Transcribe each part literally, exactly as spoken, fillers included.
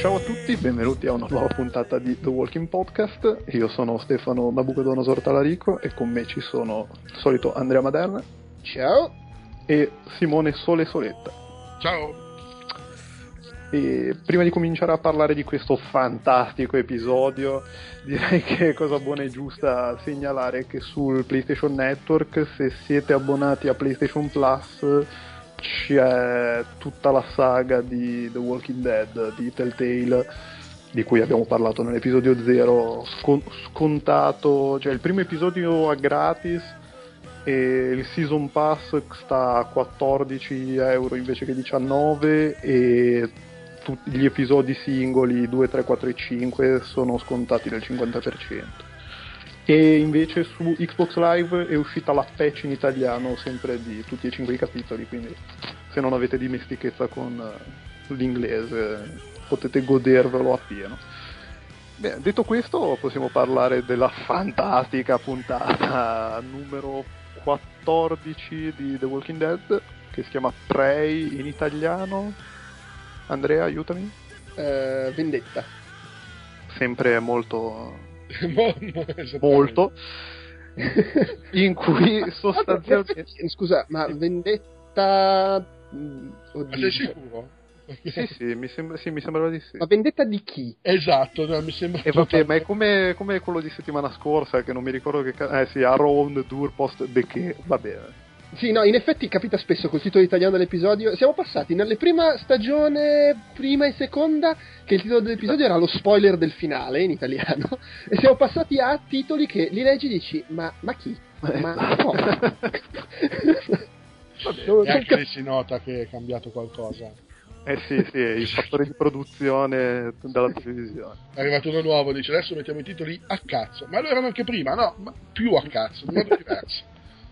Ciao a tutti, benvenuti a una nuova puntata di The Walking Podcast. Io sono Stefano Nabucodonosor Talarico e con me ci sono il solito Andrea Maderna. Ciao. E Simone Sole Soletta. Ciao. E prima di cominciare a parlare di questo fantastico episodio, direi che è cosa buona e giusta segnalare che sul PlayStation Network, se siete abbonati a PlayStation Plus, c'è tutta la saga di The Walking Dead di Telltale, di cui abbiamo parlato nell'episodio zero, scon- scontato, cioè il primo episodio è gratis e il Season Pass sta a quattordici euro invece che diciannove, e tutti gli episodi singoli due, tre, quattro e cinque sono scontati del cinquanta per cento. E invece su Xbox Live è uscita la patch in italiano sempre di tutti e cinque i capitoli, quindi se non avete dimestichezza con l'inglese potete godervelo appieno. Beh, detto questo, possiamo parlare della fantastica puntata numero quattordici di The Walking Dead, che si chiama Prey in italiano. Andrea, aiutami. Uh, vendetta. Sempre molto molto in cui sostanzialmente scusa, ma vendetta oddio. Ma sei sicuro? Sì, sì, mi sembra, sì, mi sembrava di sì. Ma vendetta di chi? Esatto, no, mi sembra. E vabbè, ma è come, come quello di settimana scorsa, che non mi ricordo che eh sì, Around Durpost de che, va bene. Sì, no, in effetti capita spesso col titolo italiano dell'episodio. Siamo passati nella prima stagione, prima e seconda, che il titolo dell'episodio era lo spoiler del finale in italiano, e siamo passati a titoli che li leggi e dici, ma, ma chi? Ma no. Vabbè, e anche lì si nota che è cambiato qualcosa. Eh sì, sì, il fattore di produzione della televisione. È arrivato uno nuovo, dice adesso mettiamo i titoli a cazzo. Ma lo erano anche prima, no, ma più a cazzo, in modo diverso.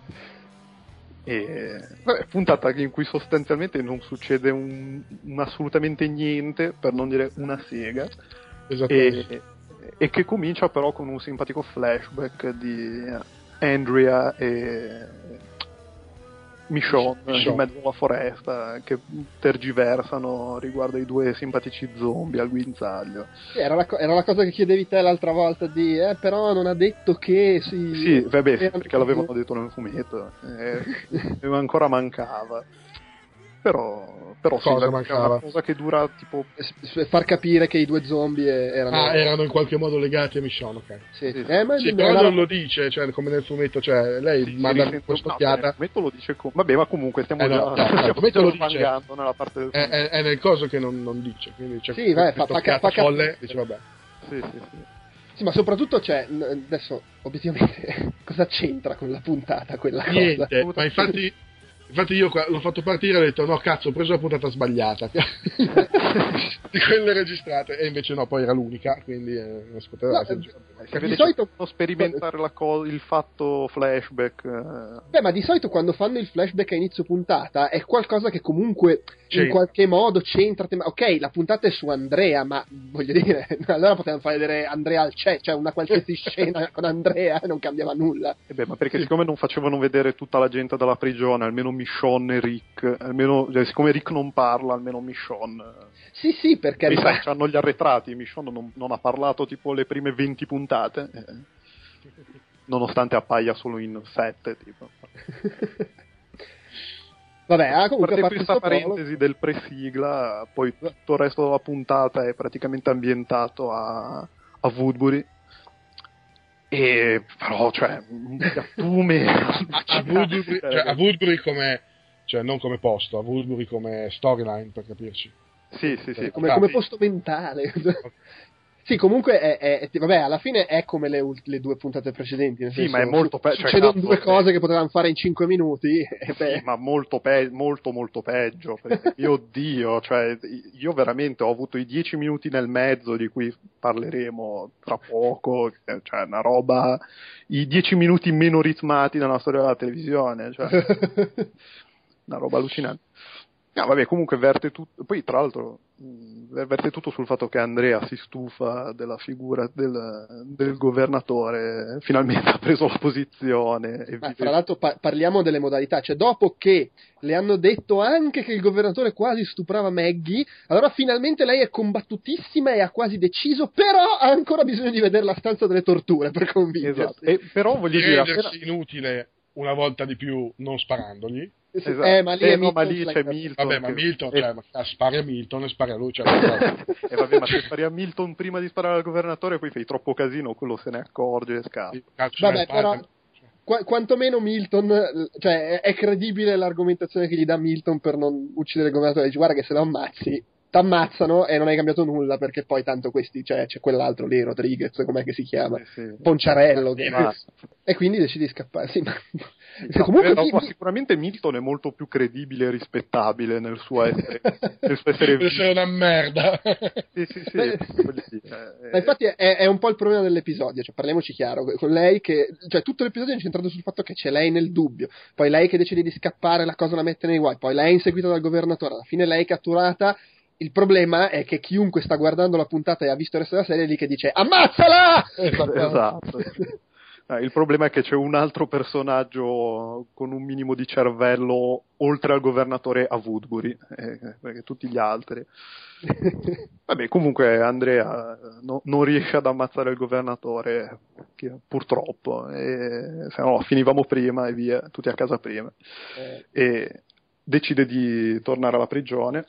E vabbè, puntata in cui sostanzialmente non succede un, un assolutamente niente, per non dire una sega, e, e che comincia però con un simpatico flashback di Andrea e Michonne, Michonne in mezzo alla foresta, che tergiversano riguardo ai due simpatici zombie al guinzaglio. Era la, co- era la cosa che chiedevi te l'altra volta di eh, però non ha detto che sì, sì vabbè, perché l'avevano detto nel fumetto, eh, ancora mancava, però però cosa sì, mancava? È una cosa che dura tipo far capire che i due zombie erano ah erano in qualche modo legati a Michonne, ok. Sì, sì, eh, ma sì però la... non lo dice, cioè come nel fumetto, cioè lei sì, manda sì, questa no, occhiata. Nel fumetto lo dice com- vabbè, ma comunque stiamo eh, già no, no, no, stiamo lo dice nella parte del è, è, è nel coso che non, non dice, quindi c'è sì, vai, fa, fa, fa folle, dice vabbè. Sì, sì, sì. Sì, ma soprattutto c'è, adesso obiettivamente cosa c'entra con la puntata quella niente, cosa? Ma infatti infatti io l'ho fatto partire e ho detto no cazzo, ho preso la puntata sbagliata di quelle registrate, e invece no, poi era l'unica, quindi eh, non si poteva. No, eh, di solito sperimentare la co- il fatto flashback. Eh. Beh, ma di solito quando fanno il flashback a inizio puntata è qualcosa che comunque c'entra. In qualche modo c'entra. Tema- ok, la puntata è su Andrea, ma voglio dire, allora potevano far vedere Andrea al c'è, cioè una qualsiasi scena con Andrea, non cambiava nulla. E beh, ma perché sì. Siccome non facevano vedere tutta la gente dalla prigione, almeno Michonne e Rick, almeno, cioè, siccome Rick non parla, almeno Michonne. Sì, sì, perché mi sa che hanno gli arretrati. Michonne non, non ha parlato tipo le prime venti puntate, eh. Nonostante appaia solo in sette, tipo. Vabbè, ah, comunque a parte questa parentesi del pre-sigla, poi tutto il resto della puntata è praticamente ambientato a, a Woodbury. E però, cioè, un piattume a, a, Woodbury, cioè, a Woodbury come, cioè non come posto, a Woodbury come storyline, per capirci. Sì, sì, sì. Come, come posto mentale. Sì, comunque è, è, è, vabbè, alla fine è come le, le due puntate precedenti. Nel sì, senso, ma è molto peggio. Cioè, succedono cazzo, due cose che potevano fare in cinque minuti. Sì, beh. Ma molto, pe- molto, molto peggio. Perché, mio Dio, cioè, io veramente ho avuto i dieci minuti nel mezzo di cui parleremo tra poco. Cioè, una roba. I dieci minuti meno ritmati nella storia della televisione. Cioè, una roba allucinante. No, vabbè, comunque verte tutto. Poi, tra l'altro, mh, verte tutto sul fatto che Andrea si stufa della figura del, del governatore. Finalmente ha preso la posizione. E Ma vive... tra l'altro pa- parliamo delle modalità, cioè dopo che le hanno detto anche che il governatore quasi stuprava Maggie, allora finalmente lei è combattutissima e ha quasi deciso, però ha ancora bisogno di vedere la stanza delle torture per convincersi. Esatto. E, però voglio Di dire, rendersi appena... inutile una volta di più non sparandogli. Esatto. Eh, ma lì, Eh, è no, Milton ma lì c'è Slater. Milton. Vabbè, ma che- Milton, eh, cioè, ma spari a Milton e spari a lui. Cioè, E vabbè, ma se spari a Milton prima di sparare al governatore, poi fai troppo casino, quello se ne accorge e scappa. calcio Vabbè, nel però padre. qua- quantomeno Milton, cioè è, è credibile l'argomentazione che gli dà Milton per non uccidere il governatore. Dice, guarda che se lo ammazzi t'ammazzano e non hai cambiato nulla, perché poi tanto questi, cioè c'è quell'altro lì, Rodriguez, com'è che si chiama? Sì, sì. Ponciarello, che- Ma- e quindi decidi di scappare. Sì, ma... No, comunque però, sì, ma mi- sicuramente Milton è molto più credibile e rispettabile nel suo essere, nel suo essere Deve essere una merda. sì, sì, sì, Beh, voglio dire, eh, ma infatti è, è un po' il problema dell'episodio, cioè parliamoci chiaro, con lei che, cioè tutto l'episodio è incentrato sul fatto che c'è lei nel dubbio, poi lei che decide di scappare, la cosa la mette nei guai, poi lei è inseguita dal governatore, alla fine lei è catturata. Il problema è che chiunque sta guardando la puntata e ha visto il resto della serie è lì che dice ammazzala! esatto. Eh, il problema è che c'è un altro personaggio con un minimo di cervello oltre al governatore a Woodbury, eh, perché tutti gli altri. Vabbè, comunque Andrea no- non riesce ad ammazzare il governatore, che- purtroppo, e, se no finivamo prima e via, tutti a casa prima. Eh, E decide di tornare alla prigione.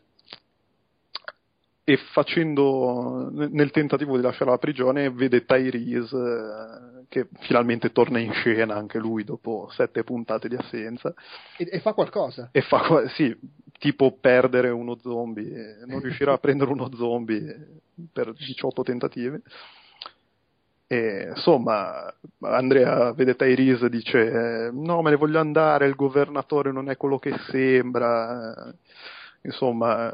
E facendo, nel tentativo di lasciare la prigione, vede Tyrese eh, che finalmente torna in scena anche lui dopo sette puntate di assenza e, e fa qualcosa. e fa, qua- sì, tipo perdere uno zombie, eh, non riuscirà a prendere uno zombie per diciotto tentativi. E, insomma, Andrea vede Tyrese e dice eh, no, me ne voglio andare, il governatore non è quello che sembra. Insomma,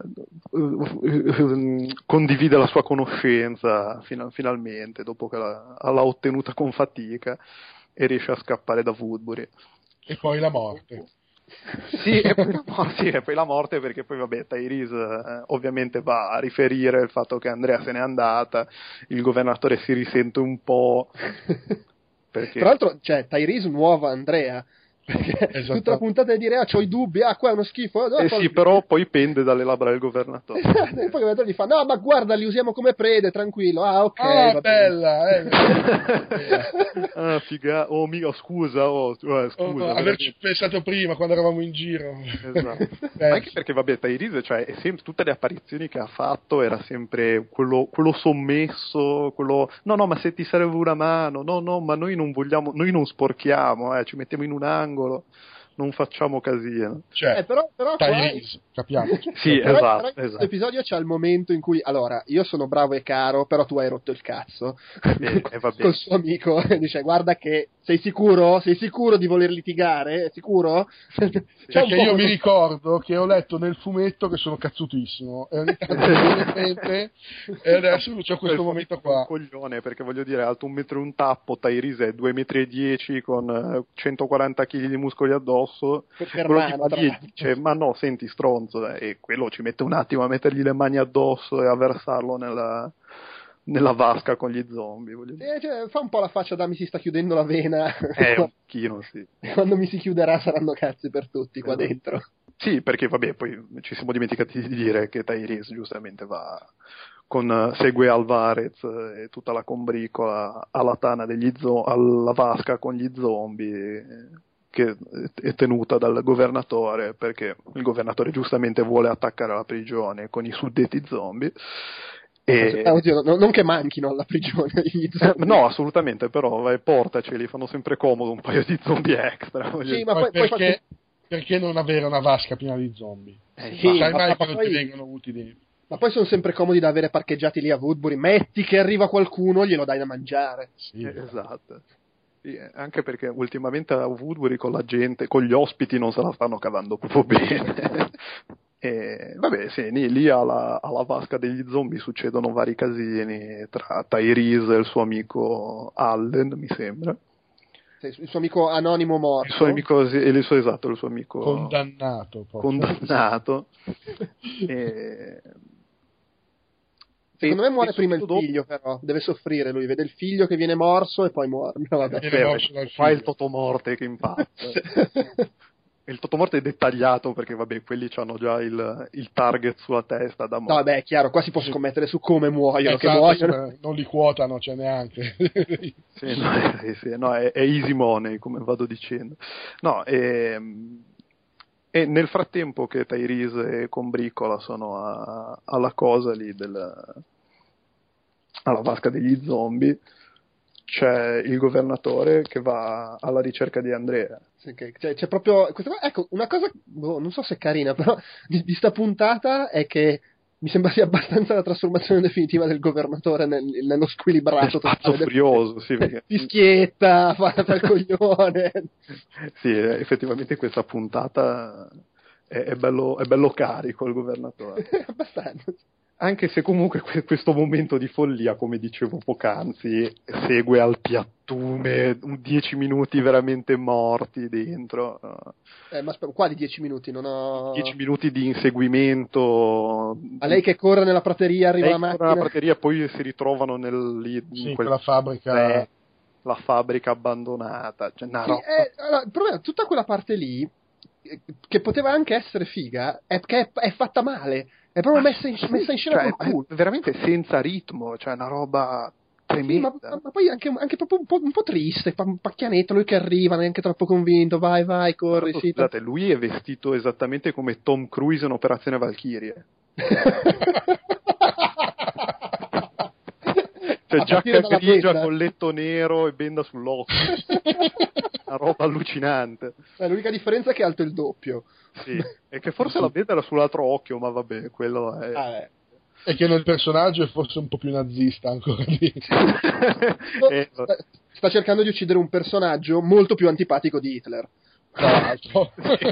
condivide la sua conoscenza fino- finalmente dopo che l'ha, l'ha ottenuta con fatica e riesce a scappare da Woodbury. E poi la morte. Sì, e poi la morte, sì, e poi la morte perché poi vabbè Tyrese eh, ovviamente va a riferire il fatto che Andrea se n'è andata, il governatore si risente un po' perché... Tra l'altro, c'è Tyrese nuova Andrea. Perché Esatto. tutta la puntata è dire ah c'ho i dubbi, ah qua è uno schifo, no, Eh poi- sì, però poi pende dalle labbra del governatore. Esatto, e poi il governatore gli fa no ma guarda li usiamo come prede, tranquillo, ah ok, Ah, va bene. bella, eh. Ah, figa, oh mica scusa, oh, eh, scusa. Oh, veramente. averci pensato prima quando eravamo in giro. Esatto. Eh, Anche perché vabbè Tyrese, cioè è sempre, tutte le apparizioni che ha fatto era sempre quello, quello sommesso, quello no no ma se ti serve una mano, no no ma noi non vogliamo, noi non sporchiamo, eh, ci mettiamo in un angolo, non facciamo casino. cioè, Eh, però, però qua- Tyrese, capiamo. Sì, però, esatto, però in questo esatto. episodio c'è il momento in cui allora io sono bravo e caro però tu hai rotto il cazzo bene, eh, va bene. col suo amico dice guarda che sei sicuro? Sei sicuro di voler litigare? Sicuro? C'è un Perché po' io mi uno- ricordo che ho letto nel fumetto che sono cazzutissimo e ogni tanto mi viene in mente, e adesso c'è questo momento qua. Un coglione, perché voglio dire, è alto un metro e un tappo, Tyrese è due metri e dieci con eh, centoquaranta chili di muscoli addosso. Per- per Quello mano, gli tra fa lì e l'altro. dice ma no, senti stronzo, eh, e quello ci mette un attimo a mettergli le mani addosso e a versarlo nella, nella vasca con gli zombie, voglio dire. Eh, cioè, fa un po' la faccia da mi si sta chiudendo la vena È un pochino, sì. quando mi si chiuderà saranno cazzi per tutti qua Esatto. dentro. Sì, perché vabbè, poi ci siamo dimenticati di dire che Tyrese giustamente va con eh, segue Alvarez eh, e tutta la combricola alla tana degli zo- alla vasca con gli zombie eh, che è tenuta dal governatore perché il governatore giustamente vuole attaccare la prigione con i suddetti zombie. E... Ah, oddio, no- non che manchino alla prigione gli Eh, zombie. no, assolutamente, però vai, portaceli, fanno sempre comodo un paio di zombie extra. voglio Sì, dire. ma Poi poi, poi perché, perché non avere una vasca piena di zombie? Eh, sì, Sai ma- mai ma quando poi- ti vengono utili? Ma poi sono sempre comodi da avere parcheggiati lì a Woodbury. Metti che arriva qualcuno, glielo dai da mangiare. Sì. Eh, esatto. Sì, eh, anche perché ultimamente a Woodbury con la gente, con gli ospiti non se la stanno cavando proprio bene. E vabbè, sì, lì, lì alla, alla vasca degli zombie succedono vari casini tra Tyrese e il suo amico Allen, mi sembra. Sì. Sì, il suo amico anonimo morto. Il suo amico, sì, il suo, esatto, il suo amico condannato. Proprio. Condannato. e... Secondo e, me muore prima il dopo... figlio, però deve soffrire lui, vede il figlio che viene morso e poi muore. No, vabbè. Viene morso dal Qua è il figlio. totomorte che impazza. Il totomorte è dettagliato perché vabbè, quelli hanno già il, il target sulla testa da morte. No, beh, è chiaro, qua si può scommettere su come muoiono, Eh, che tanto, muoiono. Non li quotano, cioè neanche. Sì, no, è, sì, sì, no, è, è easy money, come vado dicendo. No, e, e nel frattempo che Tyrese e Combricola sono a, alla cosa lì del, alla vasca degli zombie, c'è il governatore che va alla ricerca di Andrea. Sì, che- cioè, c'è proprio questa, ecco, una cosa, boh, non so se è carina, però di, di sta puntata è che mi sembra sia abbastanza la trasformazione definitiva del governatore nel- nello squilibrato È pazzo totale del- furioso, sì, perché... fischietta, fa, fa il coglione. Sì, eh, effettivamente questa puntata è, è bello, è bello carico il governatore. Abbastanza. Anche se comunque que- questo momento di follia, come dicevo poc'anzi, segue al piattume, un dieci minuti veramente morti dentro. Eh, ma aspetta, quali dieci minuti? Non ho... dieci minuti di inseguimento. A lei che corre nella prateria, arriva Lei la corre macchina. alla prateria e poi si ritrovano nel, lì, Sì, in quel- quella fabbrica. eh, la fabbrica abbandonata. Cioè, una Sì, roba- eh, allora, il problema, tutta quella parte lì, eh, che poteva anche essere figa, è che è, è fatta male. È proprio messa in, messa in scena cioè, col culo. è veramente senza ritmo, cioè una roba Sì, ma, tremenda. ma poi anche, anche proprio un po', un po' triste, pa- un pacchianetto, lui che arriva, neanche troppo convinto, vai, vai, corri, Tanto, sì. scusate, lui è vestito esattamente come Tom Cruise in Operazione Valkyrie. Cioè A giacca partire dalla grigia, benda. colletto nero e benda sull'occhio. Una roba allucinante. Eh, l'unica differenza è che è alto il doppio. Sì, e che forse la benda era sull'altro occhio, ma vabbè, quello è... Ah, eh. E che nel personaggio è forse un po' più nazista ancora di... Eh, sta, sta cercando di uccidere un personaggio molto più antipatico di Hitler. Tra l'altro.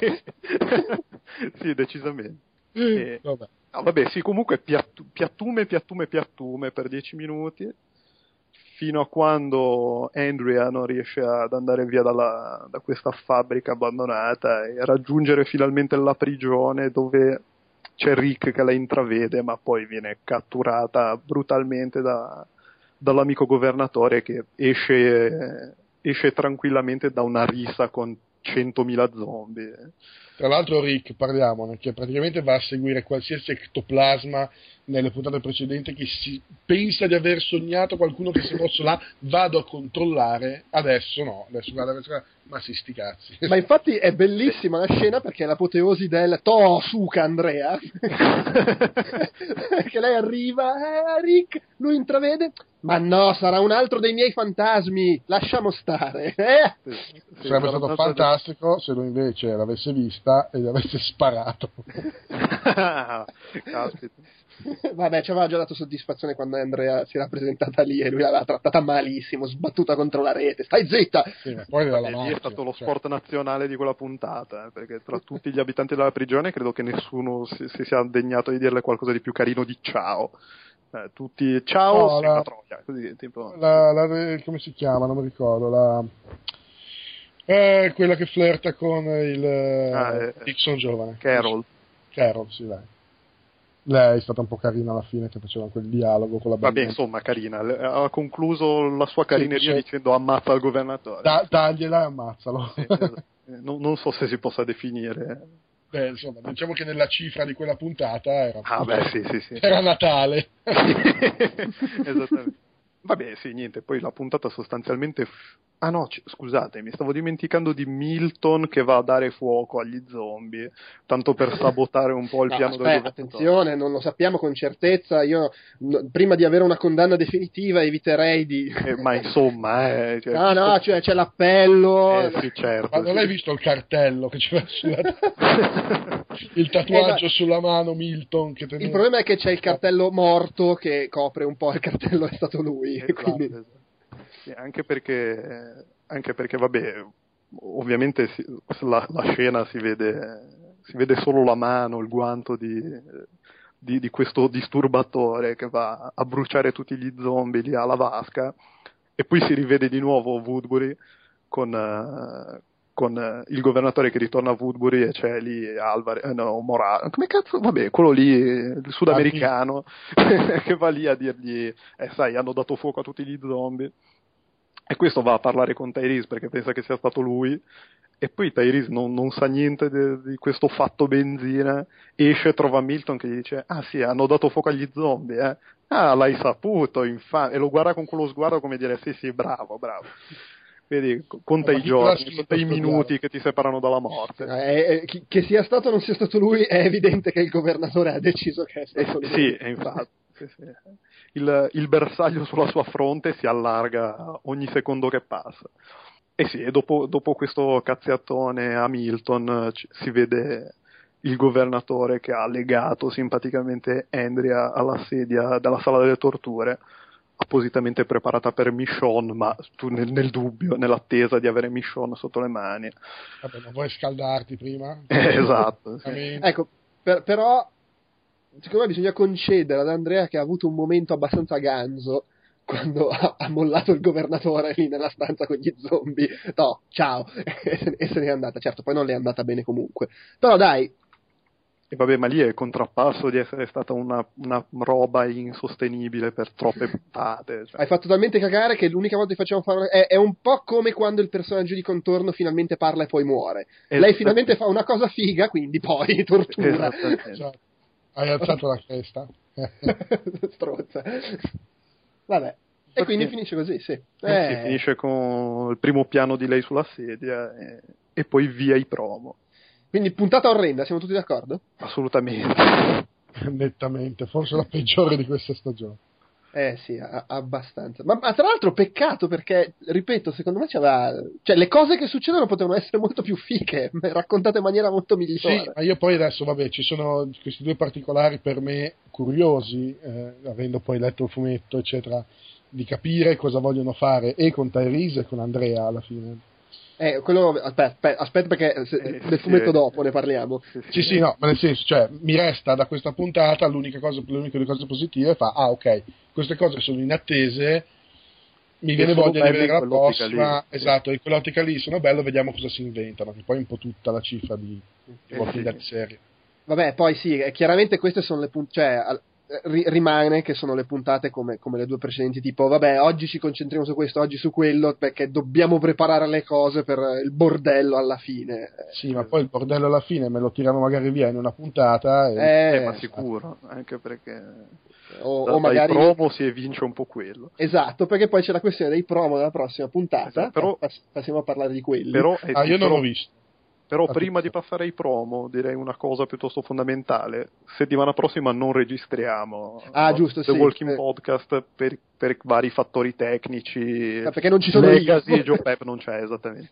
Sì, decisamente. E- Vabbè. no, vabbè, sì, comunque piattu- piattume, piattume, piattume per dieci minuti, fino a quando Andrea non riesce ad andare via dalla, da questa fabbrica abbandonata e raggiungere finalmente la prigione dove c'è Rick che la intravede, ma poi viene catturata brutalmente da, dall'amico governatore che esce, esce tranquillamente da una rissa con centomila zombie. Tra l'altro Rick, parliamone, che praticamente va a seguire qualsiasi ectoplasma nelle puntate precedenti che si pensa di aver sognato qualcuno che si è mosso là, vado a controllare, adesso no, adesso guarda, adesso, ma si sti cazzi. Ma infatti è bellissima la scena perché è l'apoteosi del To Suca Andrea che lei arriva, eh, Rick, lui intravede, ma no, sarà un altro dei miei fantasmi, lasciamo stare, eh? Sì, sì, Sarebbe sarà stato una- fantastico se lui invece l'avesse vista e gli avesse sparato. Caspita. Vabbè, ci aveva già dato soddisfazione quando Andrea si era presentata lì e lui l'aveva trattata malissimo, sbattuta contro la rete, stai zitta! Sì, ma poi era la E lì è macchia, stato lo cioè. sport nazionale di quella puntata, eh, perché tra tutti gli abitanti della prigione credo che nessuno si, si sia degnato di dirle qualcosa di più carino di ciao. Eh, tutti ciao, No, sei la- una troia, così, tipo... La, la- come si chiama? Non mi ricordo. La, eh, quella che flirta con il Ah, eh, Dixon giovane. Carol. Carol, sì, dai. Lei è stata un po' carina alla fine che faceva quel dialogo con la Vabbè, bambina. insomma, carina. Le- Ha concluso la sua carineria sì. dicendo ammazza il governatore. Da, tagliela e ammazzalo. Sì, esatto. Eh, non, non so se si possa definire. Beh, insomma, diciamo che nella cifra di quella puntata era, Ah, beh, sì, sì, sì. era Natale. Esattamente. Vabbè, sì, niente, poi la puntata sostanzialmente... f- Ah no, c- scusate, mi stavo dimenticando di Milton che va a dare fuoco agli zombie, tanto per sabotare un po' il No, piano aspetta, del governatore. attenzione, non lo sappiamo con certezza, io no, prima di avere una condanna definitiva eviterei di... Eh, ma insomma, eh... Cioè, No, no, cioè c'è l'appello... Eh, sì, certo. Ma non sì. hai visto il cartello che c'era sulla... il tatuaggio Eh, no. sulla mano Milton che teneva... Il problema è che c'è il cartello morto che copre un po' il cartello è stato lui, Esatto, quindi... esatto. Sì, anche perché, anche perché, vabbè, ovviamente si- la, la scena si vede, si vede solo la mano, il guanto di, di, di questo disturbatore che va a bruciare tutti gli zombie lì alla vasca, e poi si rivede di nuovo Woodbury con, uh, con uh, il governatore che ritorna a Woodbury e c'è lì Alvarez, eh, no, Morales, come cazzo, vabbè, quello lì, il sudamericano, che va lì a dirgli, eh sai, hanno dato fuoco a tutti gli zombie, e questo va a parlare con Tyrese perché pensa che sia stato lui, e poi Tyrese non, non sa niente di, di questo fatto benzina, esce, trova Milton che gli dice, ah sì, hanno dato fuoco agli zombie, eh? Ah, l'hai saputo, infame, e lo guarda con quello sguardo come dire, sì sì, bravo, bravo. Vedi, conta i giorni, conta i minuti che ti separano dalla morte. Eh, eh, che sia stato o non sia stato lui, è evidente che il governatore ha deciso che è stato eh, lui. Sì, infatti. Sì, sì. Il, il bersaglio sulla sua fronte si allarga ogni secondo che passa. E sì, e dopo, dopo questo cazziatone a Milton c- si vede il governatore che ha legato simpaticamente Andrea alla sedia della sala delle torture, appositamente preparata per Michonne, ma tu nel, nel dubbio, nell'attesa di avere Michonne sotto le mani. Vabbè, ma vuoi scaldarti prima? Eh, esatto. Sì. Ecco, per, però secondo me bisogna concedere ad Andrea che ha avuto un momento abbastanza ganzo quando ha, ha mollato il governatore lì nella stanza con gli zombie. No, ciao, e se, e se n'è andata. Certo, poi non le è andata bene comunque, però dai. E vabbè, ma lì è il contrappasso di essere stata una, una roba insostenibile per troppe puntate. Cioè. Hai fatto talmente cagare che l'unica volta che facciamo fare è, è un po' come quando il personaggio di contorno finalmente parla e poi muore. Lei finalmente fa una cosa figa, quindi poi tortura. Esatto. Hai alzato la cresta. Strozza. Vabbè. E quindi finisce così, sì. Eh. Eh. Sì, finisce con il primo piano di lei sulla sedia e, e poi via i promo. Quindi puntata orrenda, siamo tutti d'accordo? Assolutamente. Nettamente, forse la peggiore di questa stagione. Eh sì, a- abbastanza. Ma, ma tra l'altro peccato perché, ripeto, secondo me c'aveva... Cioè, le cose che succedono potevano essere molto più fiche, raccontate in maniera molto migliore. Sì, ma io poi adesso, vabbè, ci sono questi due particolari per me curiosi, eh, avendo poi letto il fumetto, eccetera, di capire cosa vogliono fare e con Tyrese e con Andrea alla fine. Eh, quello, aspetta, aspetta, aspetta perché se, eh, del sì, fumetto eh, dopo ne parliamo. Sì, sì, Sì, sì, no, ma nel senso, cioè, mi resta da questa puntata l'unica cosa, l'unica delle cose positive, fa, ah, ok, queste cose sono inattese, mi viene voglia di vedere la prossima, lì, esatto, sì. In quell'ottica lì sono bello, vediamo cosa si inventano, che poi è un po' tutta la cifra di eh, Walking Dead sì. serie. Vabbè, poi sì, chiaramente queste sono le puntate, cioè, rimane che sono le puntate come, come le due precedenti, tipo vabbè oggi ci concentriamo su questo, oggi su quello, perché dobbiamo preparare le cose per il bordello alla fine. Sì, ma poi il bordello alla fine me lo tirano magari via in una puntata e... eh, eh ma sicuro, anche perché o, da, o magari dai promo si evince un po' quello. Esatto, perché poi c'è la questione dei promo della prossima puntata, esatto, però pass- passiamo a parlare di quelli. Però, eh, ah sì, io non però... l'ho visto. Però prima di passare ai promo direi una cosa piuttosto fondamentale: settimana prossima non registriamo ah, no? giusto, The sì. Walking eh. Podcast per, per vari fattori tecnici, ah, perché non ci sono Legacy io. e Joe Pep non c'è esattamente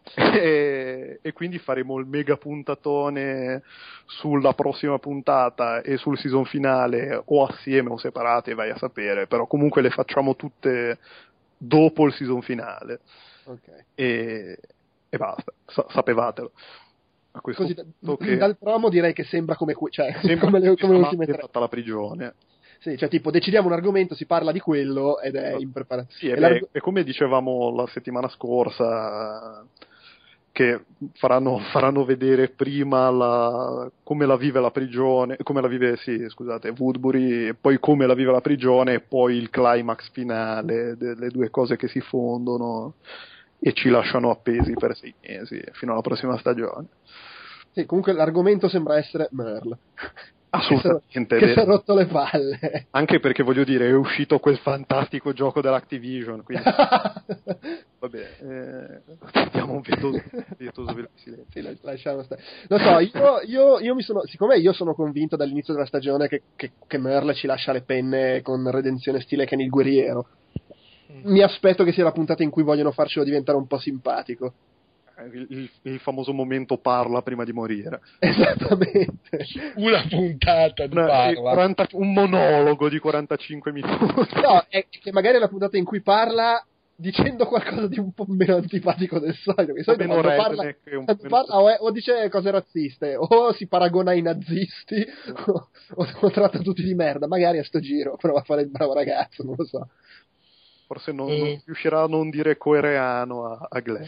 e, e quindi faremo il mega puntatone sulla prossima puntata e sul season finale o assieme o separate, vai a sapere, però comunque le facciamo tutte dopo il season finale. Okay. e E basta, Sa- sapevatelo. A questo Così, punto d- che dal promo direi che sembra come, que- cioè, sembra come le, come le ultime è tre. fatta la prigione. Sì, cioè tipo decidiamo un argomento, si parla di quello ed è in preparazione. Sì, e beh, è come dicevamo la settimana scorsa, che faranno, faranno vedere prima la, come la vive la prigione, come la vive, sì, scusate, Woodbury, e poi come la vive la prigione, e poi il climax finale delle due cose che si fondono e ci lasciano appesi per sei mesi fino alla prossima stagione. Sì, comunque l'argomento sembra essere Merle. Assolutamente. Che si è rotto le palle. Anche perché, voglio dire, è uscito quel fantastico gioco dell'Activision, quindi vabbè, eh, andiamo un pietoso, pietoso silenzio. Sì, lasciamo stare. Lo so, io, io, io mi sono, siccome io sono convinto dall'inizio della stagione che, che, che Merle ci lascia le penne con redenzione stile Ken il guerriero, mi aspetto che sia la puntata in cui vogliono farcelo diventare un po' simpatico. Il, il, il famoso momento parla prima di morire. Esattamente. Una puntata di Una, parla. quaranta, un monologo di quarantacinque minuti. No, è che magari è la puntata in cui parla dicendo qualcosa di un po' meno antipatico del solito. Che solito quando parla, quando parla o, è, o dice cose razziste, o si paragona ai nazisti, o, o, o tratta tutti di merda. Magari a sto giro prova a fare il bravo ragazzo, non lo so. forse non, Eh. non riuscirà a non dire coereano a, a Glenn.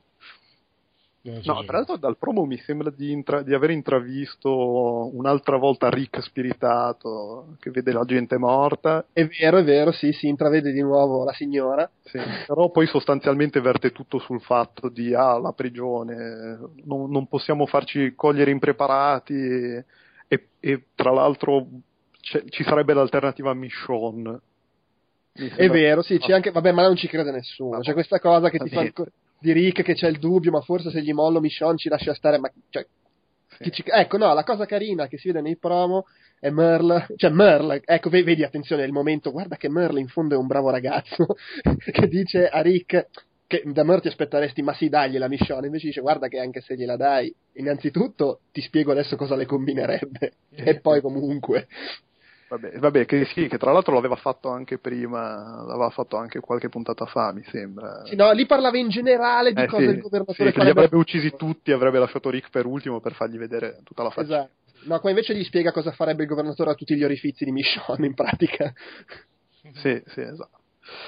Non No, tra l'altro dal promo mi sembra di, intra- di aver intravisto un'altra volta Rick spiritato che vede la gente morta. È vero, è vero, sì, si intravede di nuovo la signora. Sì, però poi sostanzialmente verte tutto sul fatto di ah, la prigione, non, non possiamo farci cogliere impreparati e, e, e tra l'altro c'è- ci sarebbe l'alternativa a Michonne. Mi È sembra- vero, sì, c'è anche, vabbè, ma non ci crede nessuno. Ma C'è no. questa cosa che ti fa Vabbè. il co- di Rick che c'è il dubbio, ma forse se gli mollo Michonne ci lascia stare, ma cioè, Sì. chi ci- ecco, no, la cosa carina che si vede nei promo è Merle, cioè Merle, ecco, ve- vedi, attenzione, è il momento, guarda che Merle in fondo è un bravo ragazzo, che dice a Rick, che da Merle ti aspetteresti, ma sì, dagli la Michonne, invece dice, guarda che anche se gliela dai, innanzitutto ti spiego adesso cosa le combinerebbe, e poi comunque... Vabbè, vabbè, che sì, che tra l'altro l'aveva fatto anche prima, l'aveva fatto anche qualche puntata fa, mi sembra. Sì, no, lì parlava in generale di Eh, cosa sì, il governatore sì, che li farebbe. avrebbe uccisi tutti, avrebbe lasciato Rick per ultimo per fargli vedere tutta la faccia. Esatto. No, qua invece gli spiega cosa farebbe il governatore a tutti gli orifizi di Michonne, in pratica. Sì, sì, esatto.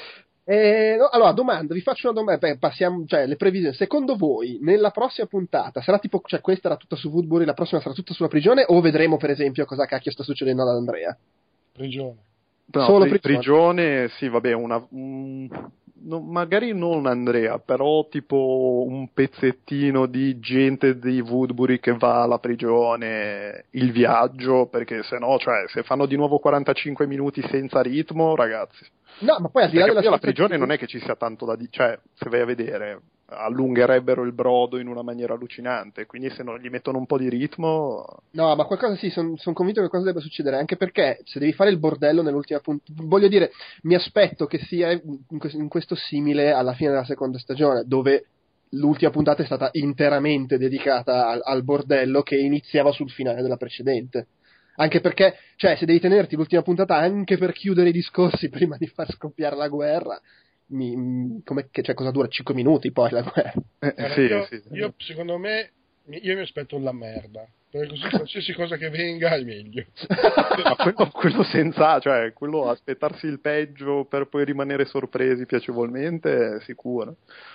E, no, allora, domanda, vi faccio una domanda, beh, passiamo, cioè, le previsioni. Secondo voi, nella prossima puntata, sarà tipo, cioè, questa era tutta su Woodbury, la prossima sarà tutta sulla prigione, o vedremo, per esempio, cosa cacchio sta succedendo ad Andrea? Prigione. No, Solo pri- prigione. prigione, sì, vabbè, una, un- no, magari non Andrea, però tipo un pezzettino di gente di Woodbury che va alla prigione, il viaggio, perché se no, cioè, se fanno di nuovo quarantacinque minuti senza ritmo, ragazzi. No, ma poi al di là Perché della poi alla situazione- prigione non è che ci sia tanto da dire, cioè, se vai a vedere, allungherebbero il brodo in una maniera allucinante, quindi se non gli mettono un po' di ritmo... No, ma qualcosa sì, sono son convinto che qualcosa debba succedere, anche perché se devi fare il bordello nell'ultima puntata, voglio dire, mi aspetto che sia in questo, in questo simile alla fine della seconda stagione, dove l'ultima puntata è stata interamente dedicata al, al bordello che iniziava sul finale della precedente. Anche perché, cioè, se devi tenerti l'ultima puntata anche per chiudere i discorsi prima di far scoppiare la guerra, mi, mi- come, che, cioè, cosa dura? cinque minuti poi la guerra? Eh, Guarda, sì, io, sì. io, secondo me, io mi aspetto la merda. Perché così qualsiasi cosa che venga è meglio. Ma quello, quello senza, cioè, quello aspettarsi il peggio per poi rimanere sorpresi piacevolmente è sicuro.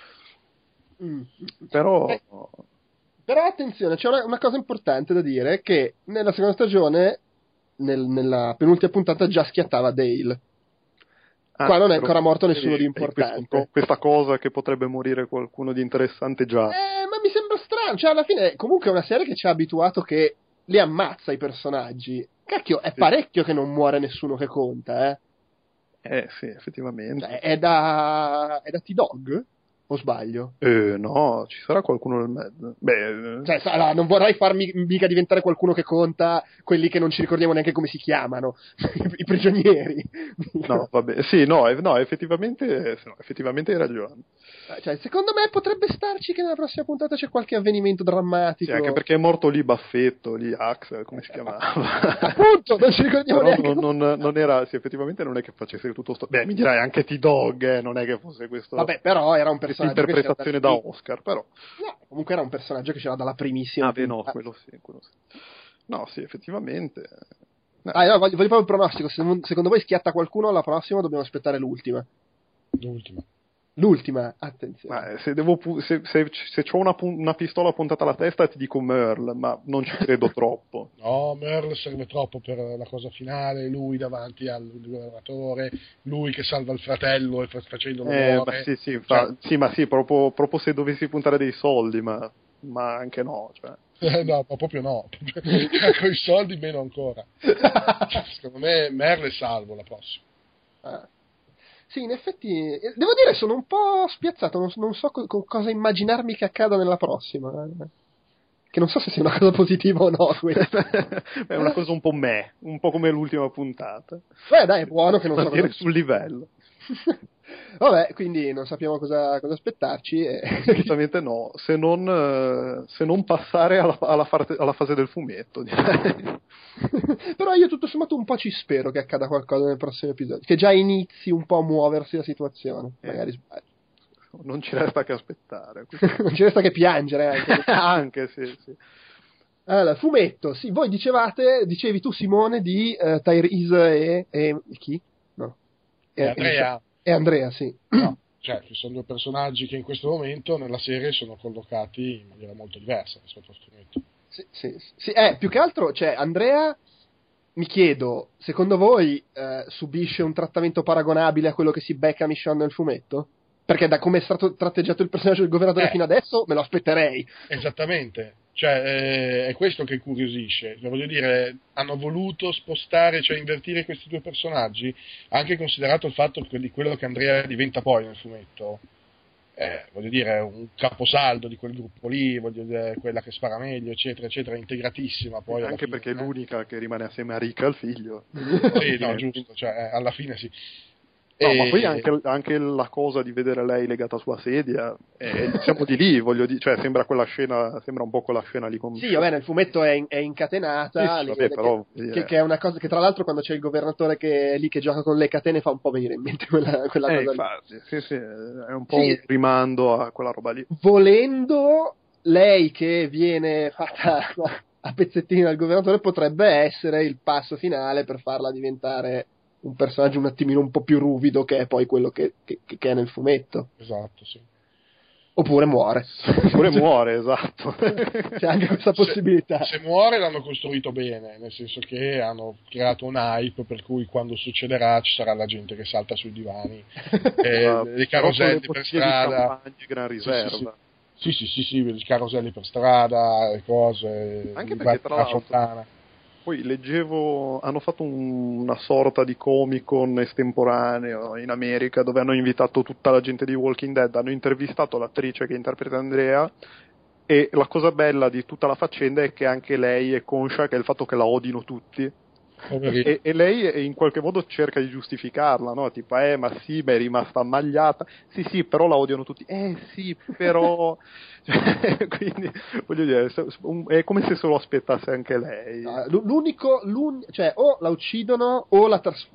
Mm. Però... Eh, Però attenzione, c'è una, una cosa importante da dire, che nella seconda stagione, nel- nella penultima puntata, già schiattava Dale. Ah, Qua non è però- ancora morto nessuno eh, di eh, importante. questo- questa cosa che potrebbe morire qualcuno di interessante già. Eh, ma mi sembra strano, cioè alla fine comunque è una serie che ci ha abituato che li ammazza i personaggi. Cacchio, è Sì. parecchio che non muore nessuno che conta, eh. Eh sì, effettivamente. Cioè, è da... è da T-Dog? O sbaglio? Eh, no, ci sarà qualcuno nel mezzo. Beh, eh, Cioè, sa- allora, non vorrei farmi mica diventare qualcuno che conta quelli che non ci ricordiamo neanche come si chiamano, i, i prigionieri. no, vabbè, sì, no, eh, no, effettivamente, eh, no, effettivamente hai ragione. Cioè, secondo me potrebbe starci che nella prossima puntata c'è qualche avvenimento drammatico. Sì, anche perché è morto lì Baffetto, lì Axel, come si chiamava? Appunto, non ci ricordiamo Però neanche. non, non, non era, sì, effettivamente non è che facesse tutto sto... Beh, mi dirai anche T-Dog, eh, non è che fosse questo... Vabbè, però era un questa personaggio che interpretazione c'era da dal- Oscar, però... No, comunque era un personaggio che c'era dalla primissima Ah, beh, no, puntata. quello sì, quello sì. No, sì, effettivamente... No. Ah, no, voglio, voglio fare un pronostico. Se- secondo voi schiatta qualcuno alla prossima o dobbiamo aspettare l'ultima? L'ultima. L'ultima, attenzione. Ma eh, se devo pu- se, se, se ho una, pu- una pistola puntata alla testa ti dico Merle, ma non ci credo troppo. No, Merle serve troppo per la cosa finale, lui davanti al governatore, lui che salva il fratello e fa- facendolo Eh, muore. ma sì, sì, fa- Cioè, sì, ma sì, proprio, proprio se dovessi puntare dei soldi, ma, ma anche no. Cioè. eh, no, ma proprio no. Con i soldi meno ancora. Secondo me Merle è salvo la prossima. Ah. Sì, in effetti, eh, devo dire, sono un po' spiazzato, non, non so co- co- cosa immaginarmi che accada nella prossima. eh. Che non so se sia una cosa positiva o no. Questa. È una cosa un po' me, un po' come l'ultima puntata. Beh, dai, è buono che non so Mantenere cosa... sul livello. Vabbè, quindi non sappiamo cosa, cosa aspettarci. E... Assolutamente no, se non, eh, se non passare alla, alla, farte- alla fase del fumetto. direi. Però io tutto sommato un po' ci spero che accada qualcosa nel prossimo episodio, che già inizi un po' a muoversi la situazione. Eh. Magari sbaglio. Non ci resta che aspettare. Non ci resta che piangere anche. Anche sì, sì. Allora, fumetto, sì, voi dicevate, dicevi tu Simone di uh, Tyrese e, e chi? No. E Andrea. E Andrea, sì. No, cioè ci sono due personaggi che in questo momento nella serie sono collocati in maniera molto diversa rispetto al fumetto. Sì, sì, sì. Eh, più che altro, cioè, Andrea, mi chiedo, secondo voi eh, subisce un trattamento paragonabile a quello che si becca Michonne nel fumetto? Perché da come è stato tratteggiato il personaggio del governatore eh, fino adesso, me lo aspetterei. Esattamente, cioè eh, è questo che incuriosisce. Cioè, voglio dire, hanno voluto spostare, cioè invertire questi due personaggi, anche considerato il fatto che di quello che Andrea diventa poi nel fumetto. Eh, voglio dire, un caposaldo di quel gruppo lì, voglio dire, quella che spara meglio, eccetera, eccetera, integratissima poi. Anche fine, perché è eh. l'unica che rimane assieme a Rick al figlio. Sì, no, giusto, cioè, alla fine sì. No, e... ma poi anche, anche la cosa di vedere lei legata sulla sedia, eh, siamo di lì, voglio dire, cioè sembra quella scena, sembra un po' quella scena lì con... Sì, vabbè, nel fumetto è, in, è incatenata, sì, sì, le, vabbè, le, però, che, eh. che, che è una cosa che tra l'altro quando c'è il governatore che è lì che gioca con le catene fa un po' venire in mente quella, quella eh, cosa infatti, lì. Sì, sì, è un po' sì, un rimando a quella roba lì. Volendo, lei che viene fatta a pezzettini dal governatore potrebbe essere il passo finale per farla diventare un personaggio un attimino un po' più ruvido che è poi quello che, che, che è nel fumetto. Esatto, sì. Oppure muore. Oppure muore, esatto. C'è anche questa possibilità. Se, se muore l'hanno costruito bene, nel senso che hanno creato un hype per cui quando succederà ci sarà la gente che salta sui divani, eh, uh, le caroselli le per strada. Di gran riserva. Sì, sì, sì, sì, sì, i caroselli per strada, le cose, anche perché tra l'altro fontana. Poi leggevo, hanno fatto un, una sorta di Comic Con estemporaneo in America dove hanno invitato tutta la gente di Walking Dead, hanno intervistato l'attrice che interpreta Andrea e la cosa bella di tutta la faccenda è che anche lei è conscia che è il fatto che la odino tutti. E, e lei in qualche modo cerca di giustificarla, no? Tipo, eh, ma sì, beh, è rimasta ammagliata. Sì, sì, però la odiano tutti. Eh, sì, però... Quindi, voglio dire, è come se se lo aspettasse anche lei. L'unico, l'un... cioè, o la uccidono o la tras...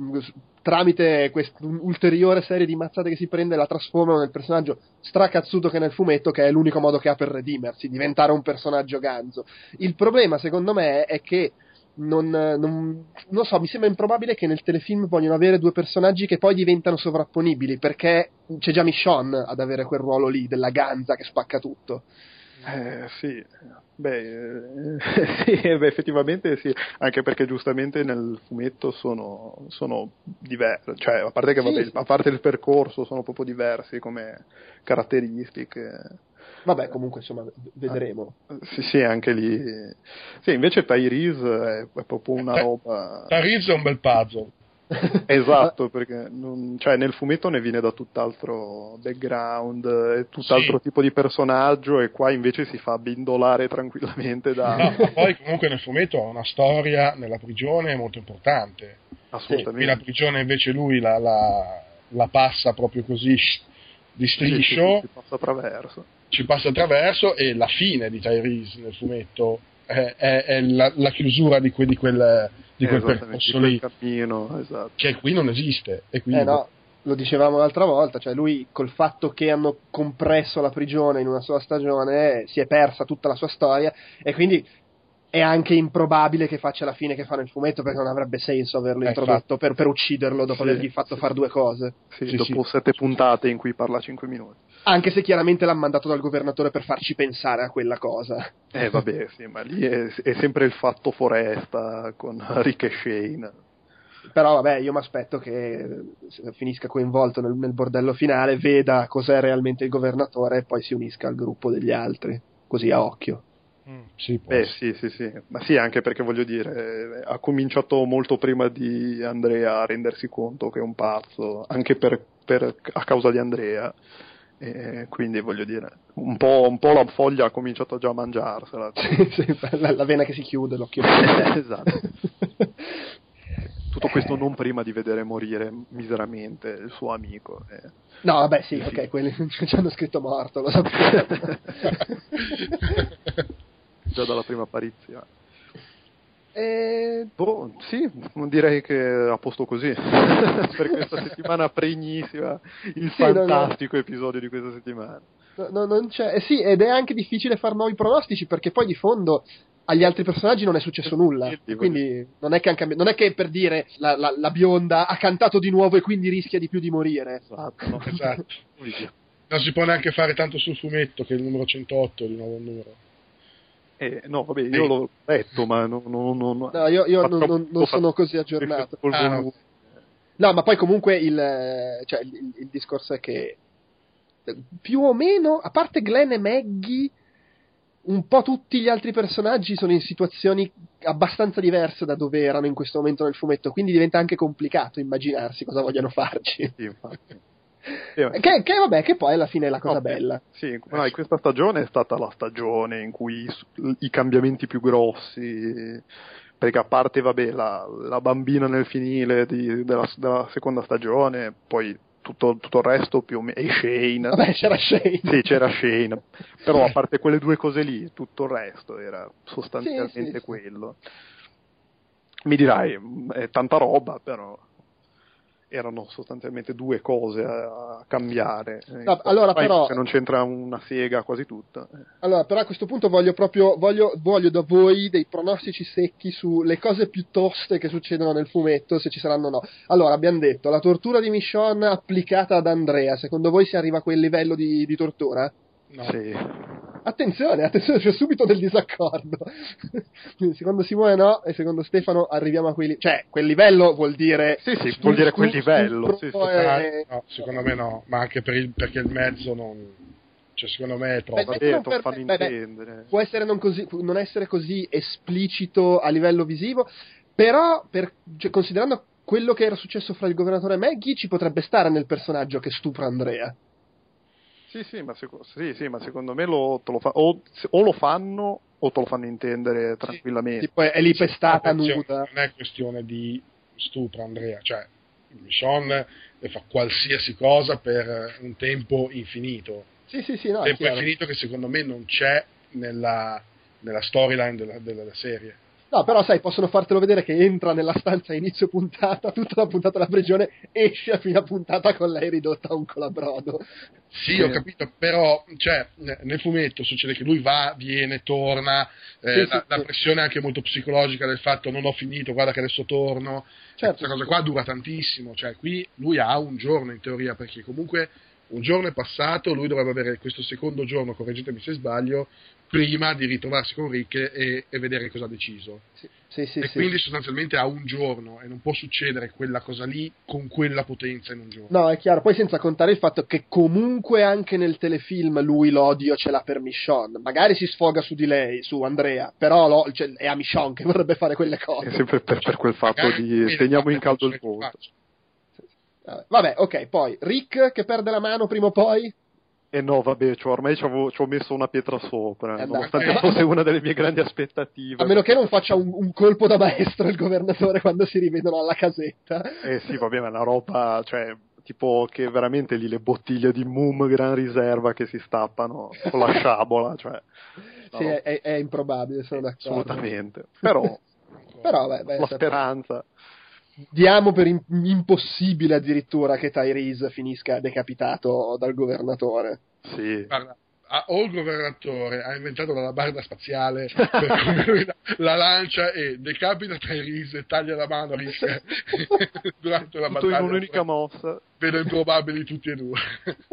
tramite quest'ulteriore serie di mazzate che si prende la trasformano nel personaggio stracazzuto che è nel fumetto, che è l'unico modo che ha per redimersi, diventare un personaggio ganzo. Il problema, secondo me, è che Non, non, non so, mi sembra improbabile che nel telefilm vogliono avere due personaggi che poi diventano sovrapponibili, perché c'è già Michonne ad avere quel ruolo lì della ganza che spacca tutto. Eh, sì, beh, eh, sì, beh, effettivamente sì, anche perché giustamente nel fumetto sono, sono diversi, cioè a parte che vabbè, sì, sì. a parte il percorso sono proprio diversi come caratteristiche. Vabbè, comunque insomma vedremo. Ah, sì, sì, anche lì. Sì, invece Tyrese è, è proprio una Ty- roba. Tyrese è un bel puzzle. Esatto, perché non, cioè nel fumetto ne viene da tutt'altro background, è tutt'altro sì. tipo di personaggio e qua invece si fa bindolare tranquillamente da... No, ma poi comunque nel fumetto ha una storia nella prigione molto importante. Assolutamente. Qui la prigione invece lui la, la, la passa proprio così di striscio. Sì, sì, sì, ci passa attraverso. Ci passa attraverso e la fine di Tyrese nel fumetto è, è, è la, la chiusura di, que, di quel... di quel percorso di lì, quel cammino, esatto. che qui non esiste. E quindi... Eh no, lo dicevamo l'altra volta, cioè lui col fatto che hanno compresso la prigione in una sola stagione si è persa tutta la sua storia e quindi è anche improbabile che faccia la fine che fa nel fumetto, perché non avrebbe senso averlo eh, introdotto per, per ucciderlo dopo sì, avergli fatto sì, fare due cose. Sì, sì, dopo sì. sette puntate in cui parla cinque minuti. Anche se chiaramente l'ha mandato dal governatore per farci pensare a quella cosa. Eh vabbè, sì, ma lì è, è sempre il fatto foresta con Rick e Shane. Però vabbè, io mi aspetto che finisca coinvolto nel, nel bordello finale, veda cos'è realmente il governatore e poi si unisca al gruppo degli altri, così a occhio. Mm, sì, Beh sì, sì, sì, ma sì, anche perché voglio dire, ha cominciato molto prima di Andrea a rendersi conto che è un pazzo, anche per, per, a causa di Andrea. E quindi voglio dire, un po', un po' la foglia ha cominciato già a mangiarsela. Sì, sì, la, la vena che si chiude, l'occhio. Esatto. Tutto questo non prima di vedere morire miseramente il suo amico. Eh. No, vabbè, sì, sì, ok, sì. quelli ci hanno scritto morto, lo sapevo. Già dalla prima apparizione. E... Boh, sì, direi che a posto così per questa settimana pregnissima, il sì, fantastico no, no. episodio di questa settimana. No, no, non c'è. Eh sì, ed è anche difficile fare nuovi pronostici perché poi di fondo agli altri personaggi non è successo nulla, quindi non è che, anche, non è che per dire la, la, la bionda ha cantato di nuovo e quindi rischia di più di morire. Esatto, no, esatto. Non si può neanche fare tanto sul fumetto, che il numero centootto è di nuovo un numero. Eh, no, vabbè, io l'ho letto, ma non... non, non no, io, io non, non, non sono così aggiornato. Ah, no. no, ma poi comunque il, cioè, il, il discorso è che più o meno, a parte Glenn e Maggie, un po' tutti gli altri personaggi sono in situazioni abbastanza diverse da dove erano in questo momento nel fumetto, quindi diventa anche complicato immaginarsi cosa vogliono farci. Sì, infatti. Che, che vabbè, che poi alla fine è la cosa no, bella. Sì, no, questa stagione è stata la stagione in cui i, i cambiamenti più grossi, perché a parte vabbè la, la bambina nel finire di, della, della seconda stagione, poi tutto, tutto il resto più o meno, e Shane. Vabbè, c'era Shane. Sì, c'era Shane, però a parte quelle due cose lì, tutto il resto era sostanzialmente sì, sì, quello. Mi dirai, è tanta roba, però erano sostanzialmente due cose a, a cambiare. No, allora, però, non c'entra una sega quasi tutta. Allora, però a questo punto voglio proprio voglio, voglio da voi dei pronostici secchi sulle cose più toste che succedono nel fumetto, se ci saranno o no. Allora, abbiamo detto, la tortura di Michonne applicata ad Andrea, secondo voi si arriva a quel livello di, di tortura? No. Sì. Attenzione, attenzione, c'è subito del disaccordo. Secondo Simone no, e secondo Stefano arriviamo a quei livelli. Cioè, quel livello vuol dire... Sì, sì, vuol dire quel livello. Sì, sì. E... No, secondo me no, ma anche per il, perché il mezzo non... Cioè, secondo me è troppo. Beh, per... fanno beh, intendere. Beh, può essere non, così, non essere così esplicito a livello visivo, però, per, cioè, considerando quello che era successo fra il governatore e Maggie, ci potrebbe stare nel personaggio che stupra Andrea. Sì, sì, ma, seco- sì, sì, ma secondo me lo, te lo fa- o, o lo fanno o te lo fanno intendere tranquillamente. Sì, tipo è lì pestata nuda. Non è questione di stupro, Andrea, cioè Michonne fa qualsiasi cosa per un tempo infinito. Sì, sì, sì, no, tempo è infinito che secondo me non c'è nella, nella storyline della, della, della serie. No, però sai, possono fartelo vedere che entra nella stanza a inizio puntata, tutta la puntata della prigione, esce a fine puntata con lei ridotta a un colabrodo. Sì, eh. ho capito, però cioè, nel fumetto succede che lui va, viene, torna, eh, sì, la, sì, la pressione è anche molto psicologica del fatto non ho finito, guarda che adesso torno. Certo. Questa cosa qua dura tantissimo, cioè qui lui ha un giorno in teoria, perché comunque un giorno è passato, lui dovrebbe avere questo secondo giorno, correggetemi se sbaglio, prima di ritrovarsi con Rick e, e vedere cosa ha deciso. Sì, sì, sì, e sì. quindi sostanzialmente ha un giorno e non può succedere quella cosa lì con quella potenza in un giorno. No, è chiaro, poi senza contare il fatto che comunque anche nel telefilm lui l'odio ce l'ha per Michonne, magari si sfoga su di lei, su Andrea, però lo, cioè, è a Michonne che vorrebbe fare quelle cose. È sempre per, per quel fatto magari di teniamo in caldo il posto. Vabbè, ok, poi Rick che perde la mano prima o poi? Eh no, vabbè, cioè, ormai ci ho messo una pietra sopra, eh nonostante fosse una delle mie grandi aspettative. A meno che non faccia un, un colpo da maestro il governatore quando si rivedono alla casetta. Eh sì, vabbè, ma è una roba, cioè, tipo che veramente lì le bottiglie di Moom Gran Riserva che si stappano con la sciabola, cioè... Sì, no. è, è improbabile, sono d'accordo. Assolutamente, però... però beh, beh, la speranza... Diamo per in- impossibile addirittura che Tyrese finisca decapitato dal governatore. Sì. Guarda, o il governatore ha inventato la labarda spaziale per come lui la, la lancia e decapita Tyrese e taglia la mano a Rick durante la tutto battaglia. In un'unica mossa. Vedo improbabili tutti e due.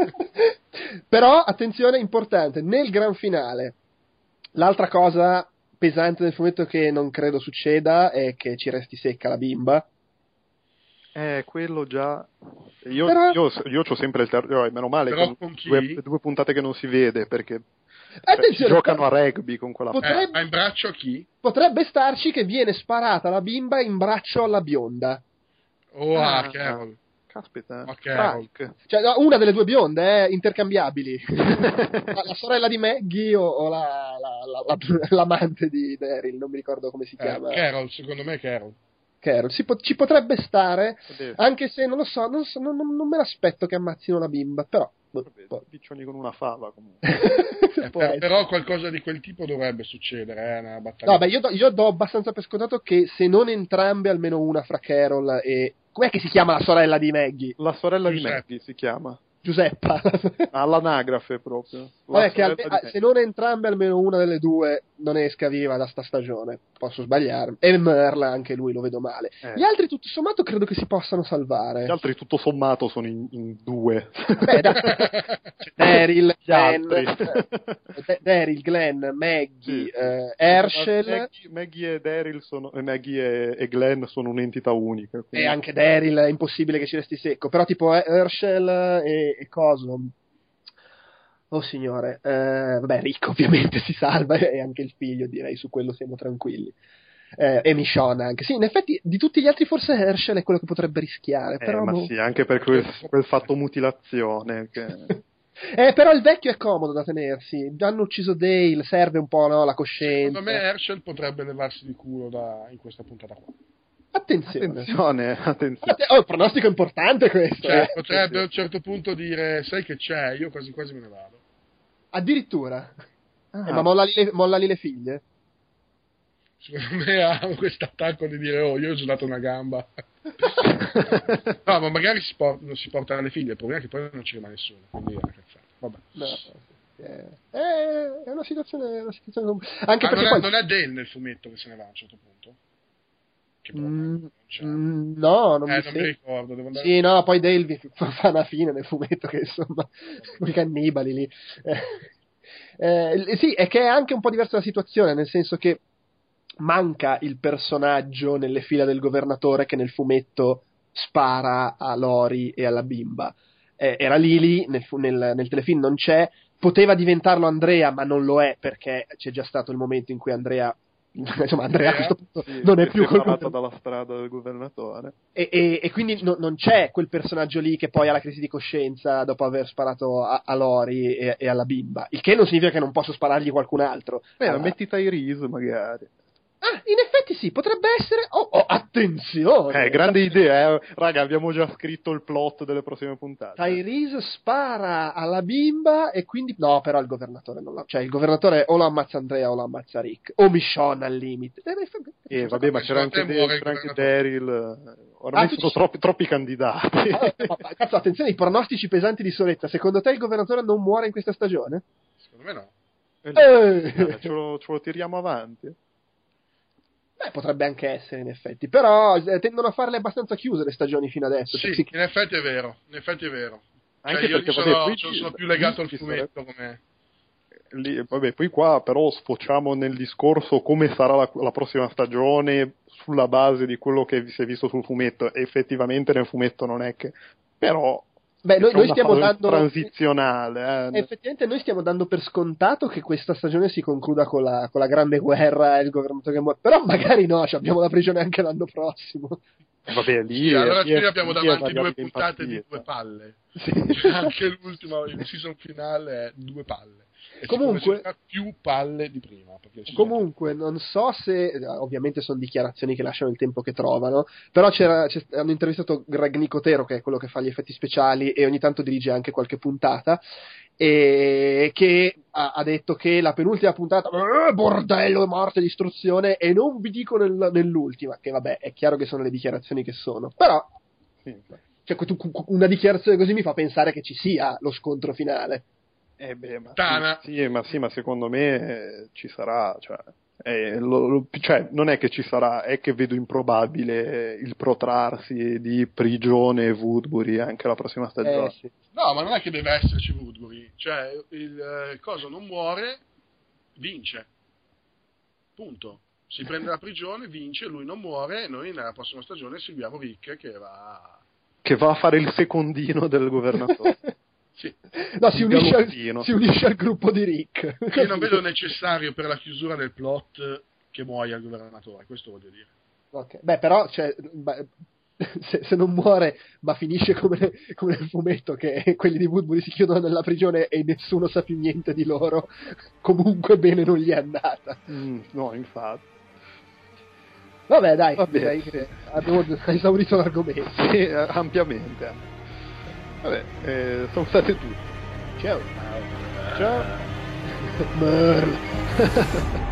Però, attenzione, importante, nel gran finale, l'altra cosa pesante del fumetto che non credo succeda è che ci resti secca la bimba. Eh, quello già. Io, Però... io, io c'ho sempre il terrore, meno male Però che due, due puntate che non si vede perché cioè, giocano a rugby con quella potrebbe... eh, ma in braccio a chi? Potrebbe starci che viene sparata la bimba in braccio alla bionda. Oh, ah, ah, Carol. Caspita, oh, Carol. Cioè, no, una delle due bionde, eh, intercambiabili. la, la sorella di Maggie o, o la, la, la, la, l'amante di Daryl, non mi ricordo come si chiama. Eh, Carol, secondo me è Carol. Carol. Si po- ci potrebbe stare, Oddio. Anche se non lo so, non, so non, non me l'aspetto che ammazzino la bimba, però... Vabbè, piccioni con una fava comunque. eh, per, però qualcosa di quel tipo dovrebbe succedere, eh, una battaglia. No, beh, io do, io do abbastanza per scontato che se non entrambe, almeno una fra Carol e... Com'è che si chiama la sorella di Maggie? La sorella Giuseppe. di Maggie si chiama. Giuseppa. All'anagrafe proprio. Vabbè, che alme- se non entrambe, almeno una delle due non esca viva da sta stagione, posso sbagliarmi, e Merle anche lui lo vedo male. Eh. Gli altri tutto sommato credo che si possano salvare. Gli altri tutto sommato sono in, in due. Beh, da- c'è Daryl, Gli altri. Glenn, Daryl, Glenn, Maggie, Sì. eh, Herschel Maggie, Maggie e Daryl sono e Maggie e, e Glenn sono un'entità unica. e quindi- anche Daryl è impossibile che ci resti secco, però tipo Herschel e, e coso. Oh signore, eh, vabbè, Rick ovviamente si salva e anche il figlio, direi, su quello siamo tranquilli. Eh, e Michonne anche. Sì, in effetti di tutti gli altri forse Herschel è quello che potrebbe rischiare, Eh, però ma boh. sì, anche per quel, quel fatto mutilazione che... Eh, però il vecchio è comodo da tenersi. Hanno ucciso Dale, serve un po', no, la coscienza. Secondo me Herschel potrebbe levarsi di culo da, in questa puntata qua. Attenzione. Attenzione, attenzione. Atte- Oh, il pronostico importante questo. Cioè, eh. potrebbe a un certo punto dire, sai che c'è, io quasi quasi me ne vado. Addirittura. Ah. Eh, ma molla lì, le, molla lì le figlie? Secondo me ha questo attacco di dire, oh, io ho dato una gamba. No, ma magari si, por- non si porta le figlie, il problema è che poi non ci rimane nessuno, quindi è una cazzata. Vabbè. No. Eh, eh, è una situazione, una situazione com- anche Ah, perché non, è, poi non è Dale nel fumetto che se ne va a un certo punto? Che però Mm, non c'è. mm, no, non eh, mi non sembra. mi ricordo, devo andare... Sì, no, poi Dale vi- fa una fine nel fumetto che insomma, quei cannibali lì. Eh, eh, sì, è che è anche un po' diversa la situazione, nel senso che manca il personaggio nelle fila del governatore che nel fumetto spara a Lori e alla bimba. Eh, era Lily, nel, fu- nel, nel telefilm non c'è, poteva diventarlo Andrea, ma non lo è perché c'è già stato il momento in cui Andrea, insomma, Andrea a questo punto Sì, non è si più col separato governatore. dalla strada del governatore. E, e, e quindi no- non c'è quel personaggio lì che poi ha la crisi di coscienza dopo aver sparato a, a Lori e, e alla bimba, il che non significa che non posso sparargli qualcun altro. Beh, Allora- metti Tyrese magari. Ah, in effetti sì, potrebbe essere. Oh, oh, attenzione! Eh, grande idea, eh. Raga, abbiamo già scritto il plot delle prossime puntate. Tyrese spara alla bimba e quindi. No, però il governatore non la. Cioè, il governatore o lo ammazza Andrea o lo ammazza Rick. O Michonne al limite. Eh, beh, Eh, vabbè, ma c'era anche, Secondo te muore c'era il anche governatore? Daryl. eh, Ormai Ah, tu sono dici- troppi, troppi candidati. Ah, ma- ma- cazzo, attenzione, i pronostici pesanti di Soletta. Secondo te il governatore non muore in questa stagione? Secondo me no. Eh. Eh, ce, lo, ce lo tiriamo avanti. Beh, potrebbe anche essere, in effetti. Però eh, tendono a farle abbastanza chiuse le stagioni fino adesso. Sì, Cioè, si- in effetti è vero, in effetti è vero. Anche Cioè, io perché, sono, vabbè, poi sono, ci- sono più legato al ci fumetto come... Lì, vabbè, poi qua però sfociamo nel discorso come sarà la, la prossima stagione sulla base di quello che si è visto sul fumetto. E effettivamente nel fumetto non è che... Però... Beh, noi, c'è noi una stiamo fase dando. transizionale. Eh. Effettivamente noi stiamo dando per scontato che questa stagione si concluda con la, con la grande guerra e il governatore che muore. Però magari no, cioè abbiamo la prigione anche l'anno prossimo. Vabbè, lì, Sì, allora lì è- qui abbiamo lì è davanti due variabile puntate di impazzita. due palle. Sì. Cioè, anche l'ultimo, il season finale è due palle. E Comunque- secondo me ci sarà più palle di prima. Perché ci Comunque, non so se. Ovviamente sono dichiarazioni che lasciano il tempo che trovano. Però c'era, c'è- hanno intervistato Greg Nicotero, che è quello che fa gli effetti speciali e ogni tanto dirige anche qualche puntata. E che ha, ha detto che la penultima puntata, "Eh, bordello e morte e distruzione, e non vi dico nel- nell'ultima, che vabbè, è chiaro che sono le dichiarazioni che sono, però Sì. cioè, tu- una dichiarazione così mi fa pensare che ci sia lo scontro finale. Eh beh, ma Tana. sì, sì, ma sì, ma secondo me eh, ci sarà, cioè, eh, lo- lo- cioè, non è che ci sarà, è che vedo improbabile eh, il protrarsi di Prigione e Woodbury anche la prossima stagione. Eh, sì. No, ma non è che deve esserci Woodbury. Cioè, il eh, coso non muore, vince. Punto. Si prende la prigione, vince, lui non muore, e noi nella prossima stagione seguiamo Rick che va... Che va a fare il secondino del governatore. Sì. No, si Il unisce, al, galoppino. si unisce al gruppo di Rick. Io non vedo necessario per la chiusura del plot che muoia il governatore, questo voglio dire. Ok. Beh, però, cioè, beh, se, se non muore, ma finisce come, come nel fumetto, che quelli di Woodbury si chiudono nella prigione e nessuno sa più niente di loro, comunque bene non gli è andata. Mm, no, infatti. Vabbè, dai, Vabbè. direi che abbiamo esaurito l'argomento. Sì, eh, ampiamente. Vabbè, eh, salutate tutti. Ciao. Ciao. Merle.